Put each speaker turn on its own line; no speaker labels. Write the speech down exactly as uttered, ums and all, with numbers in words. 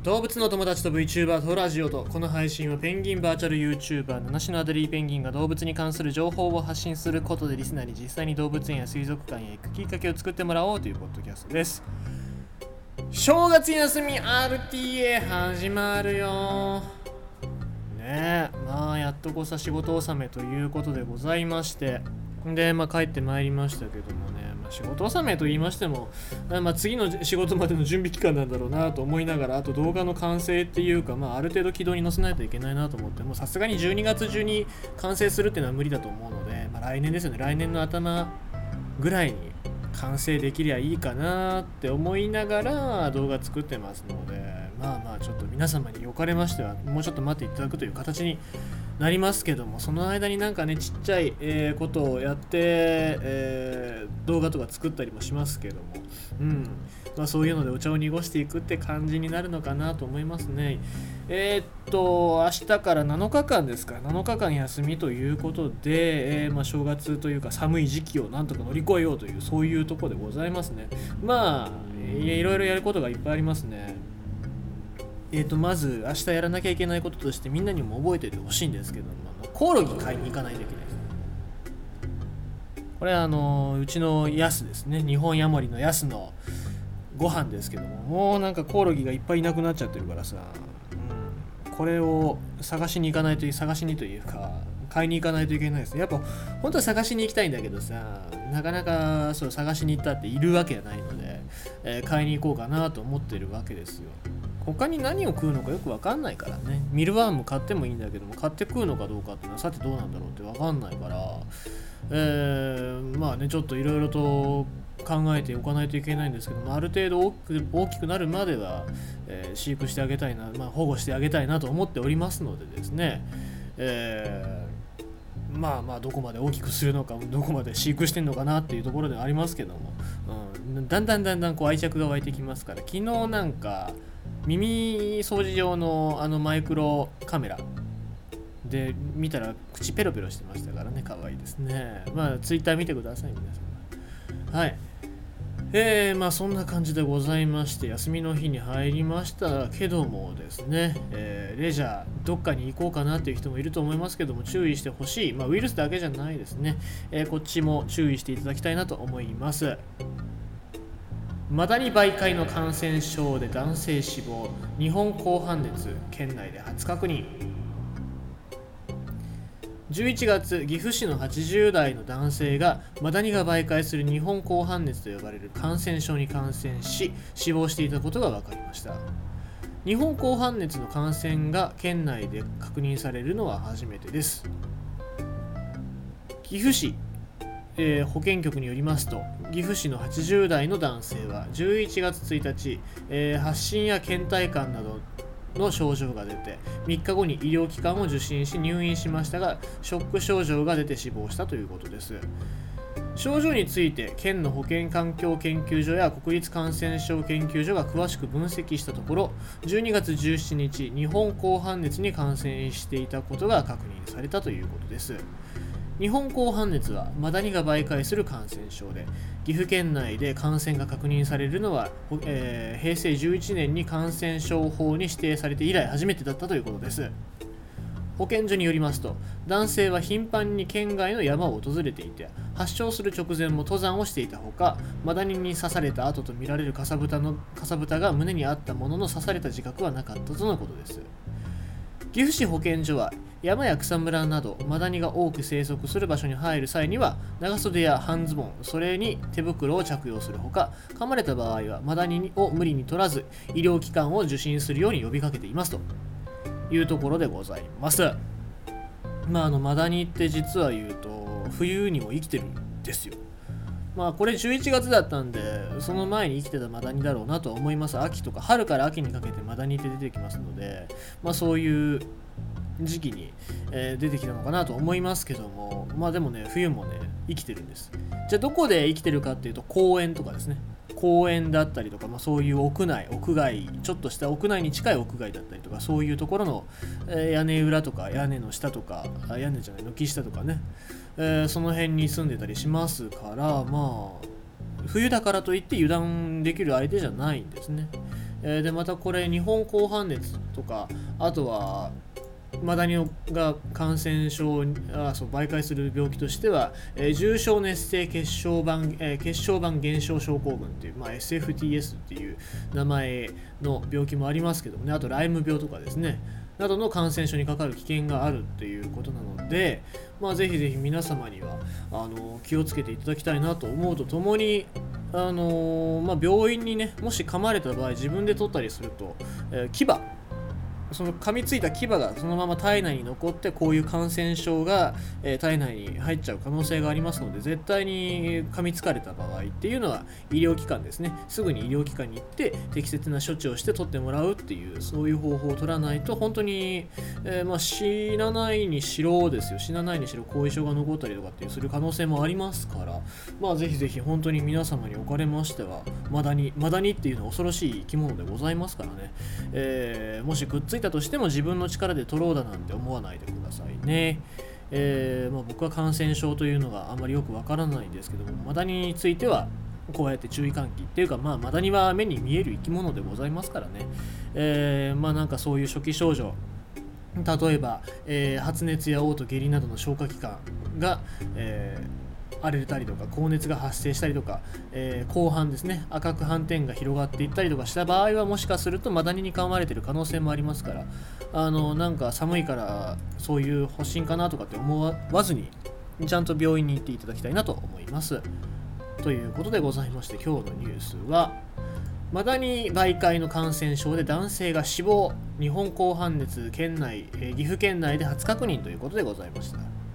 動物の友達と VTuber とラジオと、この配信はペンギンバーチャル YouTuber 七種のアデリーペンギンが動物に関する情報を発信することでリスナーに実際に動物園や水族館へ行くきっかけを作ってもらおうというポッドキャストです。正月休み アールティーエー 始まるよねえ。まあやっとこさ仕事納めということでございまして、でまあ帰ってまいりましたけどもね、まあ、仕事納めと言いましても、まあ、次の仕事までの準備期間なんだろうなと思いながら、あと動画の完成っていうか、まあ、ある程度軌道に乗せないといけないなと思って、もうさすがにじゅうにがつ中に完成するっていうのは無理だと思うので、まあ、来年ですよね。来年の頭ぐらいに完成できりゃいいかなって思いながら動画作ってますので、まあまあちょっと皆様におかれましてはもうちょっと待っていただくという形になりますけども、その間になんかねちっちゃい、えー、ことをやって、えー、動画とか作ったりもしますけども、うんまあ、そういうのでお茶を濁していくって感じになるのかなと思いますね。えー、っと明日からなのかかんですか、なのかかん休みということで、えーまあ、正月というか寒い時期をなんとか乗り越えようという、そういうところでございますね。まあいろいろやることがいっぱいありますね。えーとまず明日やらなきゃいけないこととして、みんなにも覚えておいてほしいんですけども、あのコオロギ買いに行かないといけないです。これはあのうちのヤスですね、日本ヤモリのヤスのご飯ですけども、もうなんかコオロギがいっぱいいなくなっちゃってるからさ、うん、これを探しに行かないと、探しにというか買いに行かないといけないですね。やっぱ本当は探しに行きたいんだけどさ、なかなかそう探しに行ったっているわけじゃないので、えー、買いに行こうかなと思ってるわけですよ。他に何を食うのかよく分かんないからね。ミルワーム買ってもいいんだけども、買って食うのかどうかっていうのはさてどうなんだろうって分かんないから、えー、まあねちょっといろいろと考えておかないといけないんですけども、ある程度大きく、大きくなるまでは、えー、飼育してあげたいな、まあ、保護してあげたいなと思っておりますのでですね、えー、まあまあどこまで大きくするのか、どこまで飼育してんのかなっていうところではありますけども、うん、だんだんだんだんこう愛着が湧いてきますから。昨日なんか耳掃除用のあのマイクロカメラで見たら口ペロペロしてましたからね、可愛いですね。まあツイッター見てください皆さん。はい。えー、まあそんな感じでございまして、休みの日に入りましたけどもですね、えー、レジャーどっかに行こうかなっていう人もいると思いますけども、注意してほしい、まあウイルスだけじゃないですね、えー、こっちも注意していただきたいなと思います。マダニ媒介の感染症で男性死亡、日本紅斑熱県内で初確認。じゅういちがつ、岐阜市のはちじゅう代の男性がマダニが媒介する日本紅斑熱と呼ばれる感染症に感染し死亡していたことが分かりました。日本紅斑熱の感染が県内で確認されるのは初めてです。岐阜市えー、保健局によりますと、岐阜市のはちじゅう代の男性はじゅういちがつついたち、えー、発疹や倦怠感などの症状が出てみっかごに医療機関を受診し入院しましたが、ショック症状が出て死亡したということです。症状について県の保健環境研究所や国立感染症研究所が詳しく分析したところ、じゅうにがつじゅうしちにち、日本紅斑熱に感染していたことが確認されたということです。日本紅斑熱はマダニが媒介する感染症で、岐阜県内で感染が確認されるのは、えー、へいせいじゅういちねんに感染症法に指定されて以来初めてだったということです。保健所によりますと、男性は頻繁に県外の山を訪れていて、発症する直前も登山をしていたほか、マダニに刺された後とみられるかさぶたのかさぶたが胸にあったものの刺された自覚はなかったとのことです。岐阜市保健所は、山や草むらなどマダニが多く生息する場所に入る際には長袖や半ズボン、それに手袋を着用するほか、噛まれた場合はマダニを無理に取らず医療機関を受診するように呼びかけていますというところでございます。まああのマダニって実は言うと冬にも生きてるんですよ。まあこれじゅういちがつだったんで、その前に生きてたマダニだろうなと思います。秋とか春から秋にかけてマダニって出てきますので、まあそういう時期に、えー、出てきたのかなと思いますけども、まあでもね冬もね生きてるんです。じゃあどこで生きてるかっていうと、公園とかですね、公園だったりとか、まあ、そういう屋内屋外ちょっとした屋内に近い屋外だったりとか、そういうところの、えー、屋根裏とか屋根の下とか、あ屋根じゃない軒下とかね、えー、その辺に住んでたりしますから、まあ冬だからといって油断できる相手じゃないんですね。 えー、でまたこれ日本紅斑熱とか、あとはマダニが感染症あそう媒介する病気としては、えー、重症熱性血小板、えー、血小板減少症候群っていう、まあ、エスエフティーエス っていう名前の病気もありますけどもね、あとライム病とかですねなどの感染症にかかる危険があるっていうことなので、まあ、ぜひぜひ皆様にはあの気をつけていただきたいなと思うとともに、あのーまあ、病院にねもし噛まれた場合自分で取ったりすると、えー、牙その噛みついた牙がそのまま体内に残ってこういう感染症が、えー、体内に入っちゃう可能性がありますので、絶対に噛みつかれた場合っていうのは医療機関ですね、すぐに医療機関に行って適切な処置をして取ってもらうっていう、そういう方法を取らないと本当に、えー、まあ死なないにしろですよ死なないにしろ後遺症が残ったりとかっていうする可能性もありますから、まあぜひぜひ本当に皆様におかれましてはマダニマダニっていうのは恐ろしい生き物でございますからね、えー、もしくっついたとしても自分の力で取ろうだなんて思わないでくださいね。えーまあ、僕は感染症というのがあまりよくわからないんですけども、マダニについてはこうやって注意喚起っていうか、まあ、マダニは目に見える生き物でございますからね、えー、まあなんかそういう初期症状、例えば、えー、発熱や嘔吐下痢などの消化器官が、えー荒れたりとか高熱が発生したりとか、えー、後半ですね赤く斑点が広がっていったりとかした場合は、もしかするとマダニに噛まれている可能性もありますから、あのなんか寒いからそういう発疹かなとかって思わずにちゃんと病院に行っていただきたいなと思います。ということでございまして、今日のニュースはマダニ媒介の感染症で男性が死亡、日本紅斑熱県内、えー、岐阜県内で初確認ということでございました。